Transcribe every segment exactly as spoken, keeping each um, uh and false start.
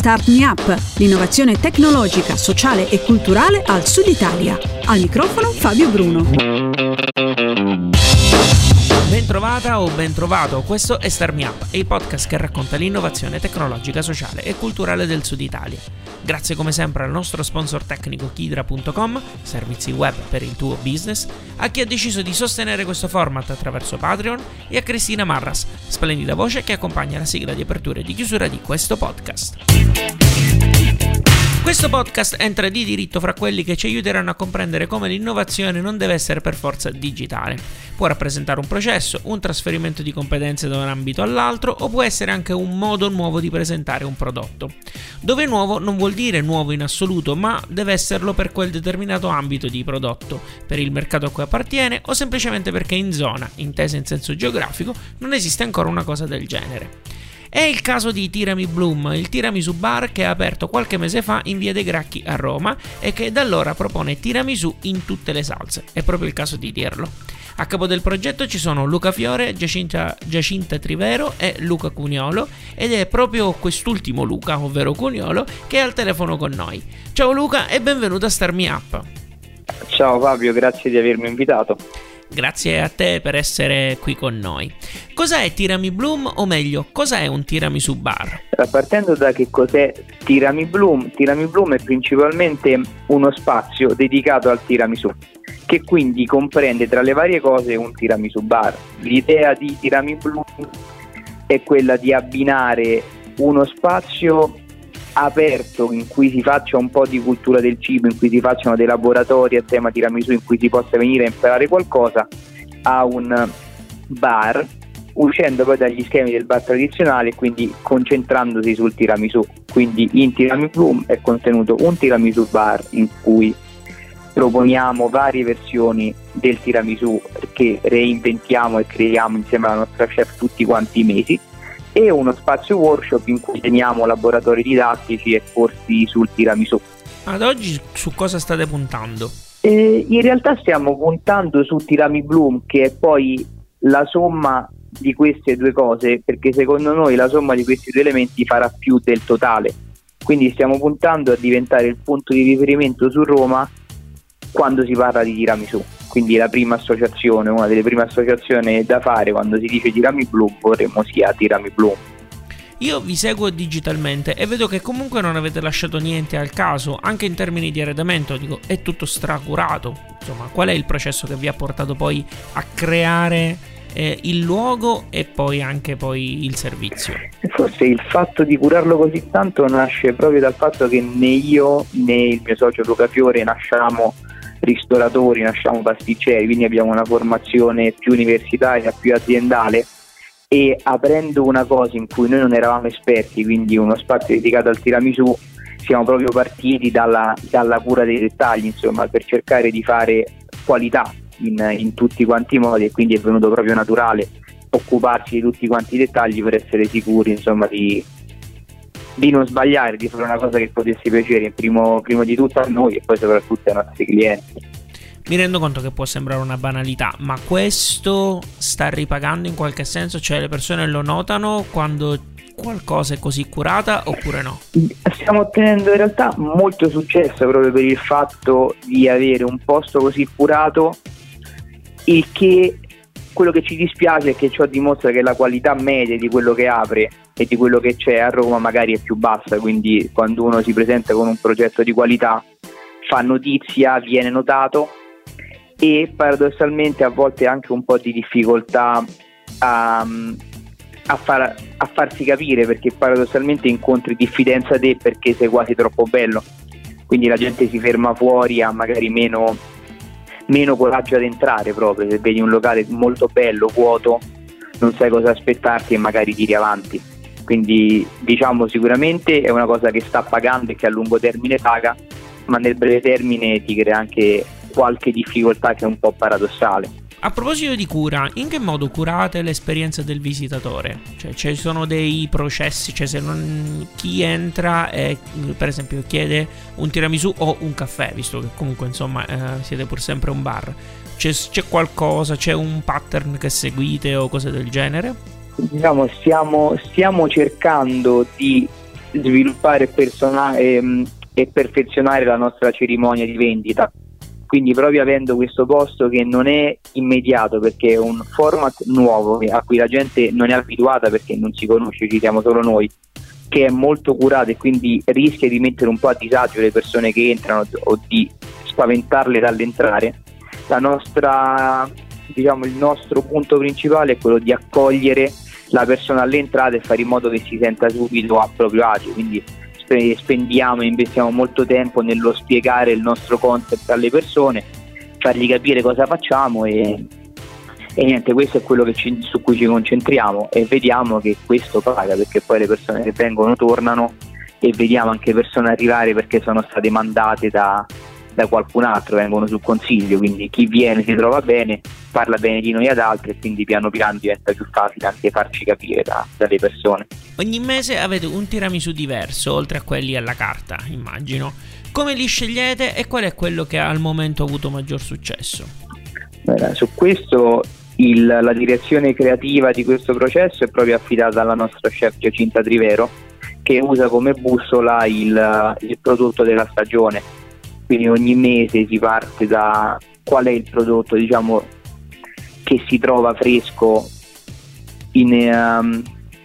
Start Me Up, l'innovazione tecnologica, sociale e culturale al Sud Italia. Al microfono Fabio Bruno. Ben trovata o ben trovato, questo è Start Me Up, il podcast che racconta l'innovazione tecnologica, sociale e culturale del Sud Italia. Grazie come sempre al nostro sponsor tecnico Kidra punto com, servizi web per il tuo business, a chi ha deciso di sostenere questo format attraverso Patreon e a Cristina Marras, splendida voce che accompagna la sigla di apertura e di chiusura di questo podcast. Questo podcast entra di diritto fra quelli che ci aiuteranno a comprendere come l'innovazione non deve essere per forza digitale. Può rappresentare un processo, un trasferimento di competenze da un ambito all'altro o può essere anche un modo nuovo di presentare un prodotto. Dove nuovo non vuol dire nuovo in assoluto, ma deve esserlo per quel determinato ambito di prodotto, per il mercato a cui appartiene o semplicemente perché in zona, intesa in senso geografico, non esiste ancora una cosa del genere. È il caso di Tirami Bloom, il tiramisù bar che ha aperto qualche mese fa in via dei Gracchi a Roma e che da allora propone tiramisù in tutte le salse. È proprio il caso di dirlo. A capo del progetto ci sono Luca Fiore, Giacinta, Giacinta Trivero e Luca Cuniolo ed è proprio quest'ultimo Luca, ovvero Cuniolo, che è al telefono con noi. Ciao Luca e benvenuto a Start Me Up. Ciao Fabio, grazie di avermi invitato. Grazie a te per essere qui con noi. Cos'è Tirami Bloom, o meglio, cos'è un tiramisù bar? Partendo da che cos'è Tirami Bloom, Tirami Bloom è principalmente uno spazio dedicato al tiramisù, che quindi comprende tra le varie cose un tiramisù bar. L'idea di Tirami Bloom è quella di abbinare uno spazio aperto in cui si faccia un po' di cultura del cibo, in cui si facciano dei laboratori a tema tiramisù, in cui si possa venire a imparare qualcosa, a un bar, uscendo poi dagli schemi del bar tradizionale e quindi concentrandosi sul tiramisù. Quindi in Tirami Bloom è contenuto un tiramisù bar in cui proponiamo varie versioni del tiramisù che reinventiamo e creiamo insieme alla nostra chef tutti quanti i mesi, e uno spazio workshop in cui teniamo laboratori didattici e corsi sul tiramisù. Ad oggi su cosa state puntando? Eh, in realtà stiamo puntando su Tirami Bloom, che è poi la somma di queste due cose, perché secondo noi la somma di questi due elementi farà più del totale. Quindi stiamo puntando a diventare il punto di riferimento su Roma quando si parla di tiramisù. Quindi la prima associazione, una delle prime associazioni da fare quando si dice Tirami Bloom, vorremmo sia Tirami Bloom. Io vi seguo digitalmente e vedo che comunque non avete lasciato niente al caso, anche in termini di arredamento, dico, è tutto stracurato. Insomma, qual è il processo che vi ha portato poi a creare eh, il luogo e poi anche poi il servizio? Forse il fatto di curarlo così tanto nasce proprio dal fatto che né io né il mio socio Luca Fiore nasciamo ristoratori, nasciamo pasticceri, quindi abbiamo una formazione più universitaria, più aziendale, e aprendo una cosa in cui noi non eravamo esperti, quindi uno spazio dedicato al tiramisù, siamo proprio partiti dalla, dalla cura dei dettagli, insomma, per cercare di fare qualità in, in tutti quanti i modi, e quindi è venuto proprio naturale occuparsi di tutti quanti i dettagli per essere sicuri, insomma, di di non sbagliare, di fare una cosa che potesse piacere primo, primo di tutto a noi e poi soprattutto ai nostri clienti. Mi rendo conto che può sembrare una banalità, ma questo sta ripagando in qualche senso? Cioè le persone lo notano quando qualcosa è così curata oppure no? Stiamo ottenendo in realtà molto successo proprio per il fatto di avere un posto così curato, il che quello che ci dispiace è che ciò dimostra che la qualità media di quello che apre e di quello che c'è a Roma magari è più bassa, quindi quando uno si presenta con un progetto di qualità fa notizia, viene notato, e paradossalmente a volte anche un po' di difficoltà a, a, far, a farsi capire, perché paradossalmente incontri diffidenza te perché sei quasi troppo bello, quindi la gente si ferma fuori, ha magari meno, meno coraggio ad entrare. Proprio se vedi un locale molto bello, vuoto, non sai cosa aspettarti e magari tiri avanti. Quindi diciamo sicuramente è una cosa che sta pagando e che a lungo termine paga, ma nel breve termine ti crea anche qualche difficoltà che è un po' paradossale. A proposito di cura, in che modo curate l'esperienza del visitatore? Cioè ci sono dei processi, cioè se non, chi entra e per esempio chiede un tiramisù o un caffè, visto che comunque insomma eh, siete pur sempre un bar, c'è, c'è qualcosa, c'è un pattern che seguite o cose del genere? Diciamo stiamo, stiamo cercando di sviluppare persona- e, e perfezionare la nostra cerimonia di vendita. Quindi proprio avendo questo posto che non è immediato, perché è un format nuovo a cui la gente non è abituata perché non si conosce, ci siamo solo noi, che è molto curato e quindi rischia di mettere un po' a disagio le persone che entrano o di spaventarle dall'entrare. La nostra, diciamo, il nostro punto principale è quello di accogliere la persona all'entrata e fare in modo che si senta subito a proprio agio, quindi spendiamo e investiamo molto tempo nello spiegare il nostro concept alle persone, fargli capire cosa facciamo e, e niente, questo è quello che ci, su cui ci concentriamo, e vediamo che questo paga, perché poi le persone che vengono tornano, e vediamo anche persone arrivare perché sono state mandate da, da qualcun altro, vengono su consiglio, quindi chi viene si trova bene, parla bene di noi ad altri e quindi piano piano diventa più facile anche farci capire da, dalle persone. Ogni mese avete un tiramisù diverso, oltre a quelli alla carta, immagino. Come li scegliete e qual è quello che al momento ha avuto maggior successo? Beh, su questo il, la direzione creativa di questo processo è proprio affidata alla nostra chef Giacinta Trivero, che usa come bussola il, il prodotto della stagione. Quindi ogni mese si parte da qual è il prodotto, diciamo, che si trova fresco in, um,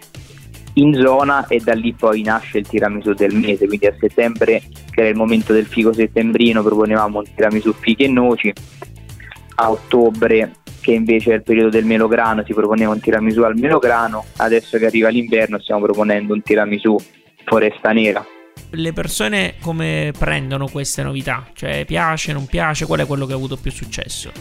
in zona, e da lì poi nasce il tiramisù del mese. Quindi a settembre, che era il momento del fico settembrino, proponevamo un tiramisù fichi e noci. A ottobre, che invece è il periodo del melograno, si proponeva un tiramisù al melograno. Adesso che arriva l'inverno stiamo proponendo un tiramisù foresta nera. Le persone come prendono queste novità? Cioè, piace, non piace? Qual è quello che ha avuto più successo?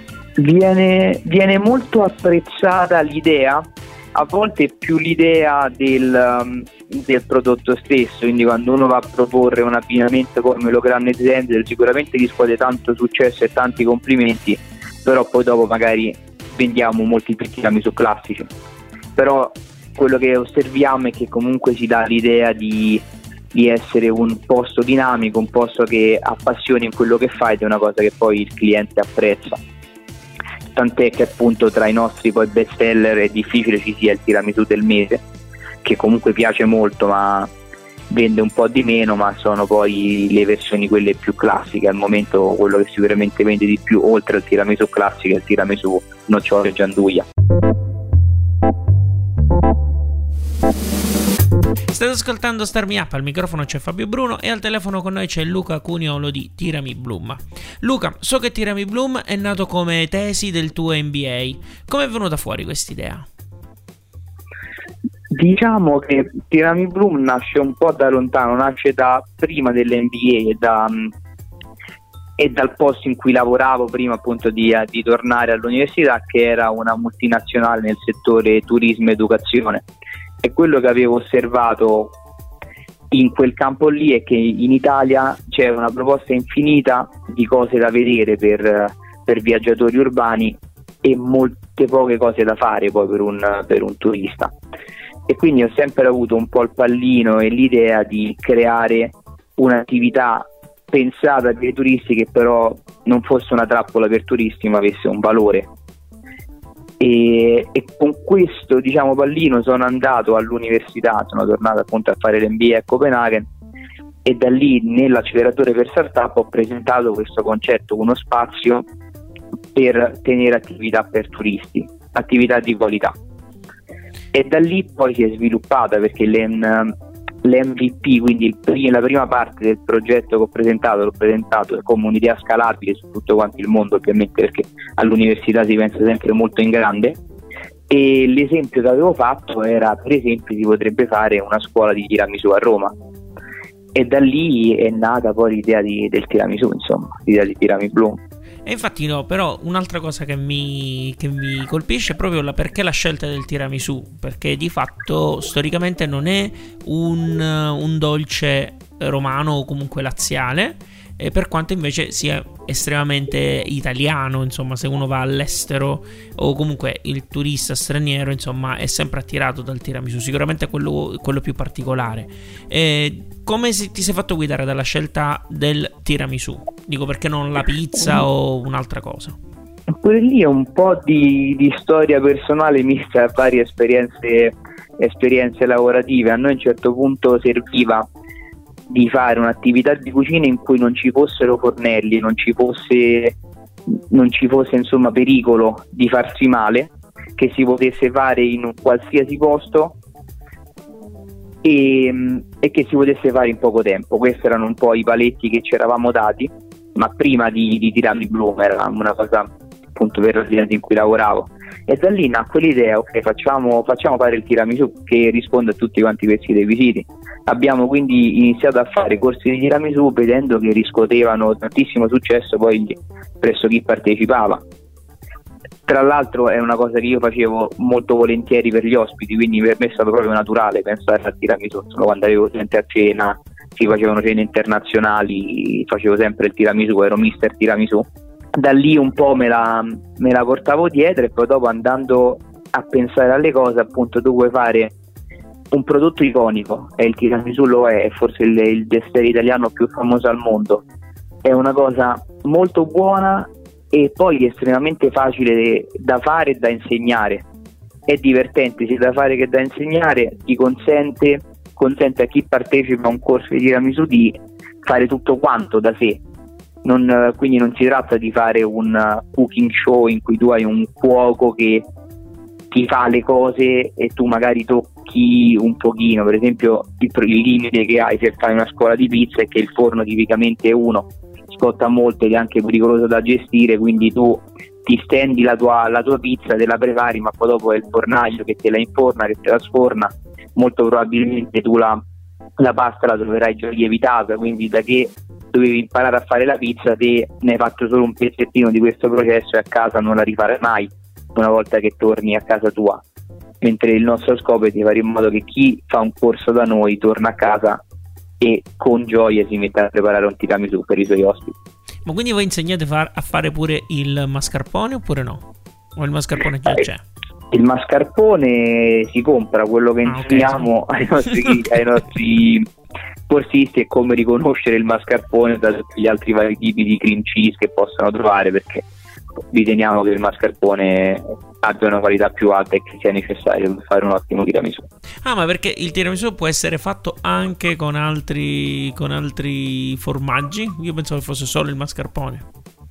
Viene, viene molto apprezzata l'idea, a volte più l'idea del, um, del prodotto stesso, quindi quando uno va a proporre un abbinamento come melograno e zenzero sicuramente riscuote tanto successo e tanti complimenti, però poi dopo magari vendiamo molti più tiramisù classici. Però quello che osserviamo è che comunque si dà l'idea di, di essere un posto dinamico, un posto che appassioni in quello che fai, ed è una cosa che poi il cliente apprezza. Tant'è che appunto tra i nostri poi best seller è difficile ci sia il tiramisù del mese, che comunque piace molto ma vende un po' di meno, ma sono poi le versioni quelle più classiche. Al momento quello che sicuramente vende di più, oltre al tiramisù classico, è il tiramisù nocciole e gianduia. State ascoltando Start Me Up, al microfono c'è Fabio Bruno e al telefono con noi c'è Luca Cuniolo di Tirami Bloom. Luca, so che Tirami Bloom è nato come tesi del tuo M B A. Come è venuta fuori quest'idea? Diciamo che Tirami Bloom nasce un po' da lontano, nasce da prima dell'M B A e, da, e dal posto in cui lavoravo prima appunto di, di tornare all'università, che era una multinazionale nel settore turismo e educazione. E quello che avevo osservato in quel campo lì è che in Italia c'è una proposta infinita di cose da vedere per, per viaggiatori urbani e molte poche cose da fare poi per un, per un turista. E quindi ho sempre avuto un po' il pallino e l'idea di creare un'attività pensata per i turisti, che però non fosse una trappola per turisti ma avesse un valore. E, e con questo, diciamo, pallino sono andato all'università, sono tornato appunto a fare l'M B A a Copenaghen, e da lì nell'acceleratore per startup ho presentato questo concetto, uno spazio per tenere attività per turisti, attività di qualità, e da lì poi si è sviluppata, perché l'M V P, quindi il prim- la prima parte del progetto che ho presentato l'ho presentato come un'idea scalabile su tutto quanto il mondo, ovviamente, perché all'università si pensa sempre molto in grande, e l'esempio che avevo fatto era, per esempio, si potrebbe fare una scuola di tiramisù a Roma, e da lì è nata poi l'idea di, del tiramisù, insomma, l'idea di Tirami Bloom. E infatti no, però un'altra cosa che mi, che mi colpisce è proprio la, perché la scelta del tiramisù, perché di fatto storicamente non è un, un dolce romano o comunque laziale, eh, per quanto invece sia estremamente italiano. Insomma, se uno va all'estero o comunque il turista straniero, insomma, è sempre attirato dal tiramisù, sicuramente è quello, quello più particolare. Eh, come si, ti sei fatto guidare dalla scelta del tiramisù? Dico, perché non la pizza o un'altra cosa? Pure lì è un po' di, di storia personale mista a varie esperienze esperienze lavorative, a noi a un certo punto serviva di fare un'attività di cucina in cui non ci fossero fornelli, non ci fosse, non ci fosse insomma pericolo di farsi male, che si potesse fare in un qualsiasi posto e, e che si potesse fare in poco tempo. Questi erano un po' i paletti che ci eravamo dati, ma prima di, di tirarmi Bloom era una cosa appunto per l'azienda in cui lavoravo, e da lì nacque l'idea: ok, facciamo, facciamo fare il tiramisù che risponde a tutti quanti questi requisiti. Abbiamo quindi iniziato a fare corsi di tiramisù vedendo che riscuotevano tantissimo successo poi presso chi partecipava. Tra l'altro è una cosa che io facevo molto volentieri per gli ospiti, quindi per me è stato proprio naturale pensare al tiramisù. Solo quando avevo gente a cena, si facevano cene internazionali, facevo sempre il tiramisù, ero mister tiramisù. Da lì un po' me la, me la portavo dietro, e poi dopo, andando a pensare alle cose, appunto tu puoi fare un prodotto iconico, e il tiramisù lo è, è forse il, il dessert italiano più famoso al mondo. È una cosa molto buona e poi estremamente facile da fare e da insegnare. È divertente sia da fare che da insegnare, ti consente, consente a chi partecipa a un corso di tiramisù di fare tutto quanto da sé. Non, quindi non si tratta di fare un cooking show in cui tu hai un cuoco che ti fa le cose e tu magari tocchi un pochino. Per esempio il, il limite che hai se fai una scuola di pizza è che il forno tipicamente è uno, scotta molto ed è anche pericoloso da gestire, quindi tu ti stendi la tua, la tua pizza, te la prepari, ma poi dopo è il fornaio che te la inforna, che te la sforna. Molto probabilmente tu la, la pasta la troverai già lievitata, quindi da che dovevi imparare a fare la pizza, te ne hai fatto solo un pezzettino di questo processo e a casa non la rifarai mai una volta che torni a casa tua. Mentre il nostro scopo è di fare in modo che chi fa un corso da noi torna a casa e con gioia si mette a preparare un tiramisù per i suoi ospiti. Ma quindi voi insegnate far, a fare pure il mascarpone oppure no? O il mascarpone già eh, c'è? Il mascarpone si compra, quello che ah, insegniamo okay, sì. ai nostri, ai nostri corsisti è come riconoscere il mascarpone da tutti gli altri vari tipi di cream cheese che possono trovare, perché riteniamo che il mascarpone abbia una qualità più alta e che sia necessario per fare un ottimo tiramisù. Ah, ma perché il tiramisù può essere fatto anche con altri con altri formaggi? Io pensavo che fosse solo il mascarpone.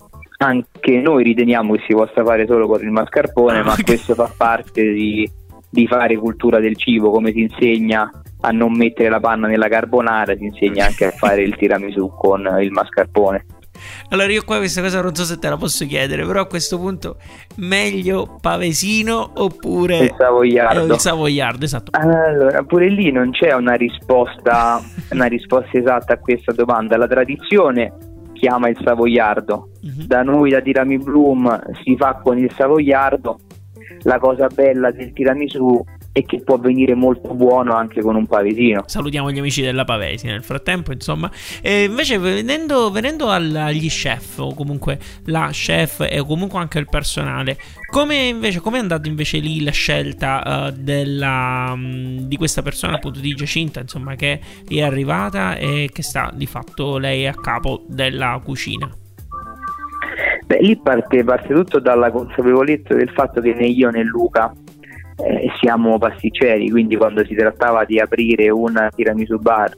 Anche noi riteniamo che si possa fare solo con il mascarpone, ah, ma okay. questo fa parte di, di fare cultura del cibo. Come si insegna a non mettere la panna nella carbonara, si insegna anche a fare il tiramisù con il mascarpone. Allora io qua questa cosa non so se te la posso chiedere, però a questo punto meglio pavesino oppure il savoiardo? Eh, il savoiardo, esatto. Allora, pure lì non c'è una risposta una risposta esatta a questa domanda. La tradizione chiama il savoiardo, uh-huh. da noi da Tirami Bloom si fa con il savoiardo. La cosa bella del tiramisù è che può venire molto buono anche con un pavesino. Salutiamo gli amici della Pavesi nel frattempo, insomma. E invece venendo, venendo agli chef, o comunque la chef e comunque anche il personale, come invece come è andata invece lì la scelta uh, della, um, di questa persona, appunto di Giacinta, insomma, che è arrivata e che sta di fatto lei a capo della cucina? Beh, lì parte, parte tutto dalla consapevolezza del fatto che né io né Luca Eh, siamo pasticceri, quindi quando si trattava di aprire un tiramisù bar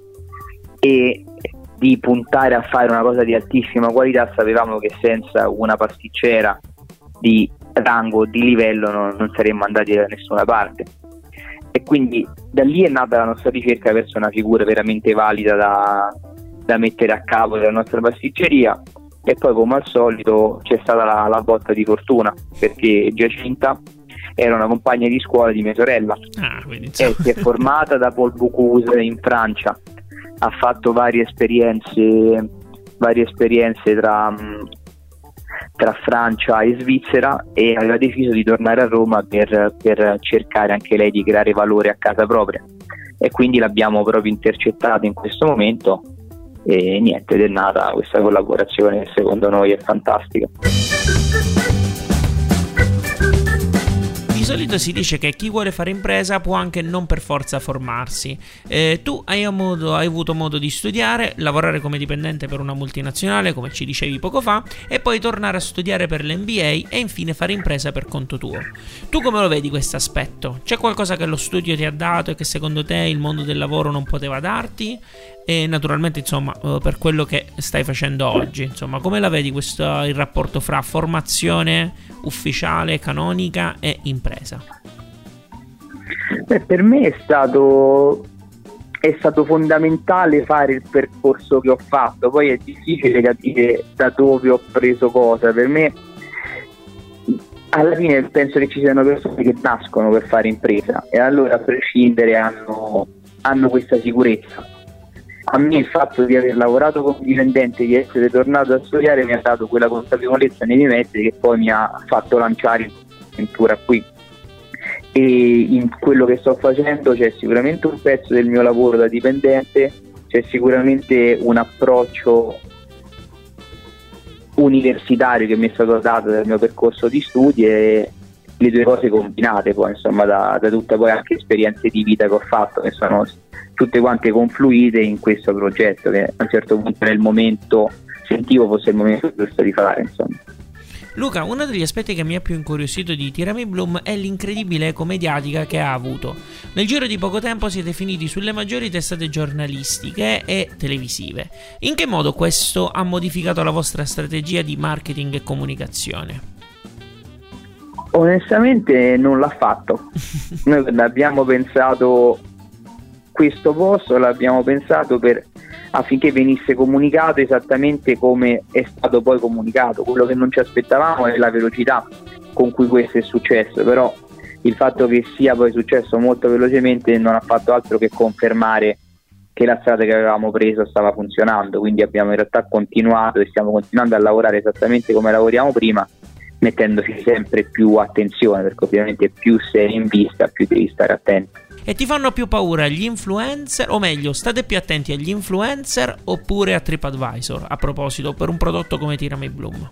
e di puntare a fare una cosa di altissima qualità, sapevamo che senza una pasticcera di rango, di livello, non, non saremmo andati da nessuna parte. E quindi da lì è nata la nostra ricerca verso una figura veramente valida da, da mettere a capo della nostra pasticceria. E poi, come al solito, c'è stata la, la botta di fortuna, perché Giacinta era una compagna di scuola di mia sorella, ah, quindi, e si è formata da Paul Bocuse in Francia, ha fatto varie esperienze varie esperienze tra, tra Francia e Svizzera e aveva deciso di tornare a Roma per, per cercare anche lei di creare valore a casa propria, e quindi l'abbiamo proprio intercettata in questo momento e niente, ed è nata questa collaborazione che secondo noi è fantastica. Ci solito si dice che chi vuole fare impresa può anche non per forza formarsi. Eh, tu hai, modo, hai avuto modo di studiare, lavorare come dipendente per una multinazionale, come ci dicevi poco fa, e poi tornare a studiare per l'M B A e infine fare impresa per conto tuo. Tu come lo vedi questo aspetto? C'è qualcosa che lo studio ti ha dato e che secondo te il mondo del lavoro non poteva darti? E naturalmente, insomma, per quello che stai facendo oggi, insomma, come la vedi questo, il rapporto fra formazione ufficiale, canonica e impresa? Beh, per me è stato è stato fondamentale fare il percorso che ho fatto. Poi è difficile capire da dove ho preso cosa. Per me, alla fine, penso che ci siano persone che nascono per fare impresa e allora, a prescindere, hanno, hanno questa sicurezza. A me il fatto di aver lavorato come dipendente, di essere tornato a studiare, mi ha dato quella consapevolezza nei miei mezzi che poi mi ha fatto lanciare in avventura qui. E in quello che sto facendo c'è sicuramente un pezzo del mio lavoro da dipendente, c'è sicuramente un approccio universitario che mi è stato dato dal mio percorso di studi e le due cose combinate poi, insomma, da, da tutte poi anche esperienze di vita che ho fatto, che sono tutte quante confluite in questo progetto che a un certo punto nel momento sentivo fosse il momento giusto di fare, insomma. Luca, uno degli aspetti che mi ha più incuriosito di Tirami Bloom è l'incredibile eco mediatica che ha avuto. Nel giro di poco tempo siete finiti sulle maggiori testate giornalistiche e televisive. In che modo questo ha modificato la vostra strategia di marketing e comunicazione? Onestamente non l'ha fatto. Noi abbiamo pensato questo posto, l'abbiamo pensato per affinché venisse comunicato esattamente come è stato poi comunicato. Quello che non ci aspettavamo è la velocità con cui questo è successo, però il fatto che sia poi successo molto velocemente non ha fatto altro che confermare che la strada che avevamo preso stava funzionando, quindi abbiamo in realtà continuato e stiamo continuando a lavorare esattamente come lavoriamo prima, mettendoci sempre più attenzione, perché ovviamente più sei in vista più devi stare attento. E ti fanno più paura gli influencer, o meglio, state più attenti agli influencer oppure a TripAdvisor, a proposito, per un prodotto come Tirami Bloom?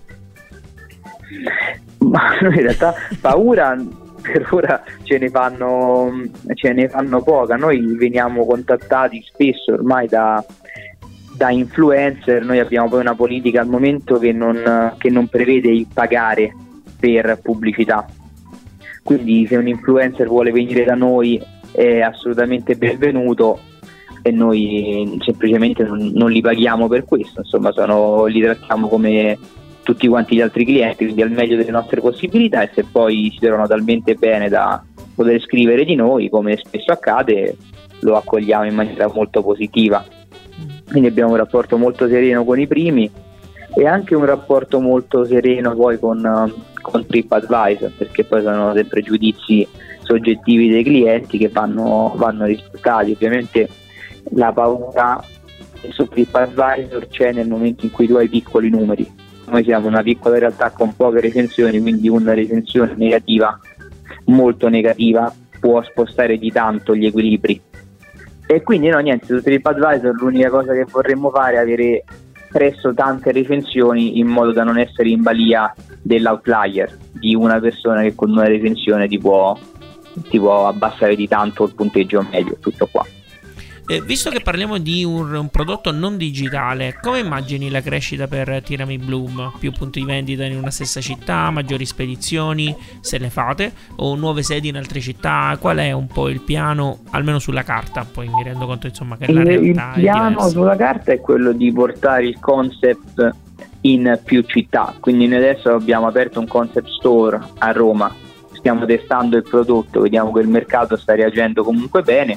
Ma in realtà paura per ora ce ne fanno ce ne fanno poca. Noi veniamo contattati spesso ormai da da influencer. Noi abbiamo poi una politica al momento che non, che non prevede il pagare per pubblicità, quindi se un influencer vuole venire da noi è assolutamente benvenuto e noi semplicemente non, non li paghiamo per questo, insomma, sono, li trattiamo come tutti quanti gli altri clienti, quindi al meglio delle nostre possibilità, e se poi si trovano talmente bene da poter scrivere di noi, come spesso accade, lo accogliamo in maniera molto positiva. Quindi abbiamo un rapporto molto sereno con i primi e anche un rapporto molto sereno poi con, con TripAdvisor, perché poi sono sempre giudizi soggettivi dei clienti che vanno, vanno rispettati. Ovviamente la paura su TripAdvisor c'è nel momento in cui tu hai piccoli numeri. Noi siamo una piccola realtà con poche recensioni, quindi una recensione negativa, molto negativa, può spostare di tanto gli equilibri. E quindi no, niente, su TripAdvisor l'unica cosa che vorremmo fare è avere presto tante recensioni in modo da non essere in balia dell'outlier, di una persona che con una recensione ti può, ti può abbassare di tanto il punteggio medio, tutto qua. Eh, visto che parliamo di un, un prodotto non digitale, come immagini la crescita per Tirami Bloom? Più punti di vendita in una stessa città, maggiori spedizioni, se le fate, o nuove sedi in altre città? Qual è un po' il piano, almeno sulla carta? Poi mi rendo conto, insomma, che la realtà il piano sulla carta è quello di portare il concept in più città, quindi noi adesso abbiamo aperto un concept store a Roma, stiamo testando il prodotto, vediamo che il mercato sta reagendo comunque bene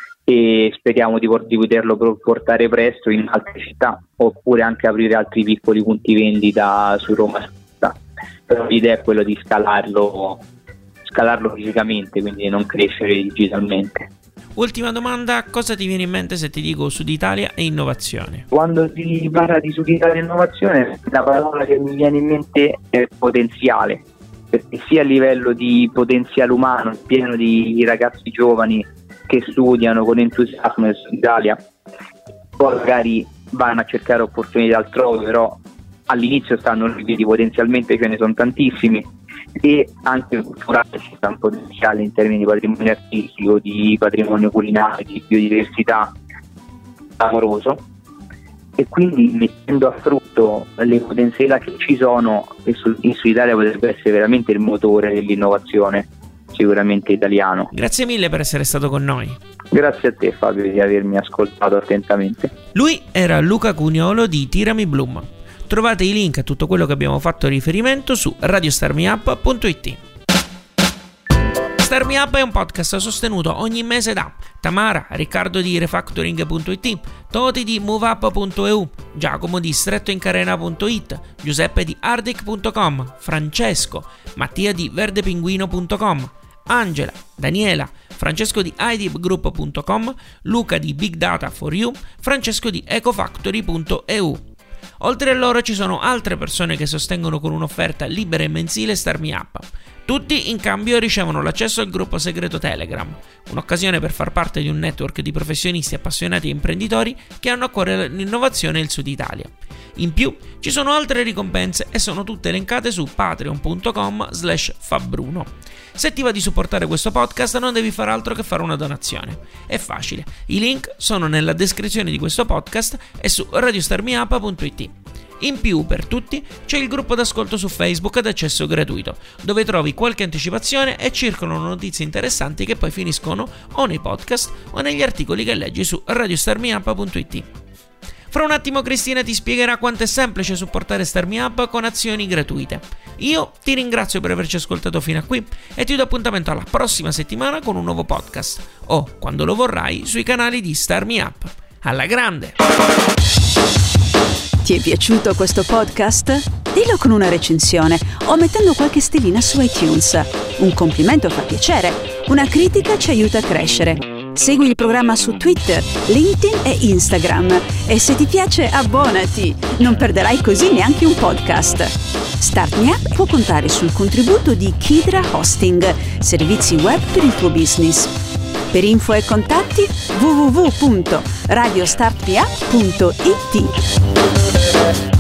e speriamo di, di poterlo portare presto in altre città, oppure anche aprire altri piccoli punti vendita su Roma. Però l'idea è quella di scalarlo scalarlo fisicamente, quindi non crescere digitalmente. Ultima domanda, cosa ti viene in mente se ti dico Sud Italia e innovazione? Quando si parla di Sud Italia e innovazione, la parola che mi viene in mente è potenziale, perché sia a livello di potenziale umano, pieno di ragazzi giovani che studiano con entusiasmo nel Sud Italia, poi magari vanno a cercare opportunità altrove, però all'inizio stanno lì, potenzialmente ce ne sono tantissimi, e anche culturale. Ci sta un potenziale in termini di patrimonio artistico, di patrimonio culinario, di biodiversità amoroso, e quindi mettendo a frutto le potenzialità che ci sono, in Sud Italia potrebbe essere veramente il motore dell'innovazione sicuramente italiano. Grazie mille per essere stato con noi. Grazie a te Fabio di avermi ascoltato attentamente. Lui era Luca Cuniolo di Tirami Bloom. Trovate i link a tutto quello che abbiamo fatto riferimento su radio star me up punto it. Start Me Up è un podcast sostenuto ogni mese da Tamara, Riccardo di refactoring punto it, Toti di moveup punto e u, Giacomo di strettoincarena punto it, Giuseppe di ardic punto com, Francesco, Mattia di verdepinguino punto com, Angela, Daniela, Francesco di i d group punto com, Luca di Big Data for You, Francesco di ecofactory punto e u. Oltre a loro ci sono altre persone che sostengono con un'offerta libera e mensile Start Me Up. Tutti in cambio ricevono l'accesso al gruppo segreto Telegram, un'occasione per far parte di un network di professionisti appassionati e imprenditori che hanno a cuore l'innovazione e il Sud Italia. In più ci sono altre ricompense e sono tutte elencate su patreon punto com slash fabbruno. Se ti va di supportare questo podcast non devi fare altro che fare una donazione. È facile, i link sono nella descrizione di questo podcast e su radio star me up punto it. In più, per tutti, c'è il gruppo d'ascolto su Facebook ad accesso gratuito, dove trovi qualche anticipazione e circolano notizie interessanti che poi finiscono o nei podcast o negli articoli che leggi su radio star me up punto it. Fra un attimo Cristina ti spiegherà quanto è semplice supportare Start Me Up con azioni gratuite. Io ti ringrazio per averci ascoltato fino a qui e ti do appuntamento alla prossima settimana con un nuovo podcast o, quando lo vorrai, sui canali di Start Me Up. Alla grande! Ti è piaciuto questo podcast? Dillo con una recensione o mettendo qualche stellina su iTunes. Un complimento fa piacere, una critica ci aiuta a crescere. Segui il programma su Twitter, LinkedIn e Instagram e se ti piace abbonati, non perderai così neanche un podcast. Start Me Up può contare sul contributo di Kidra Hosting, servizi web per il tuo business. Per info e contatti w w w punto radio start me up punto it.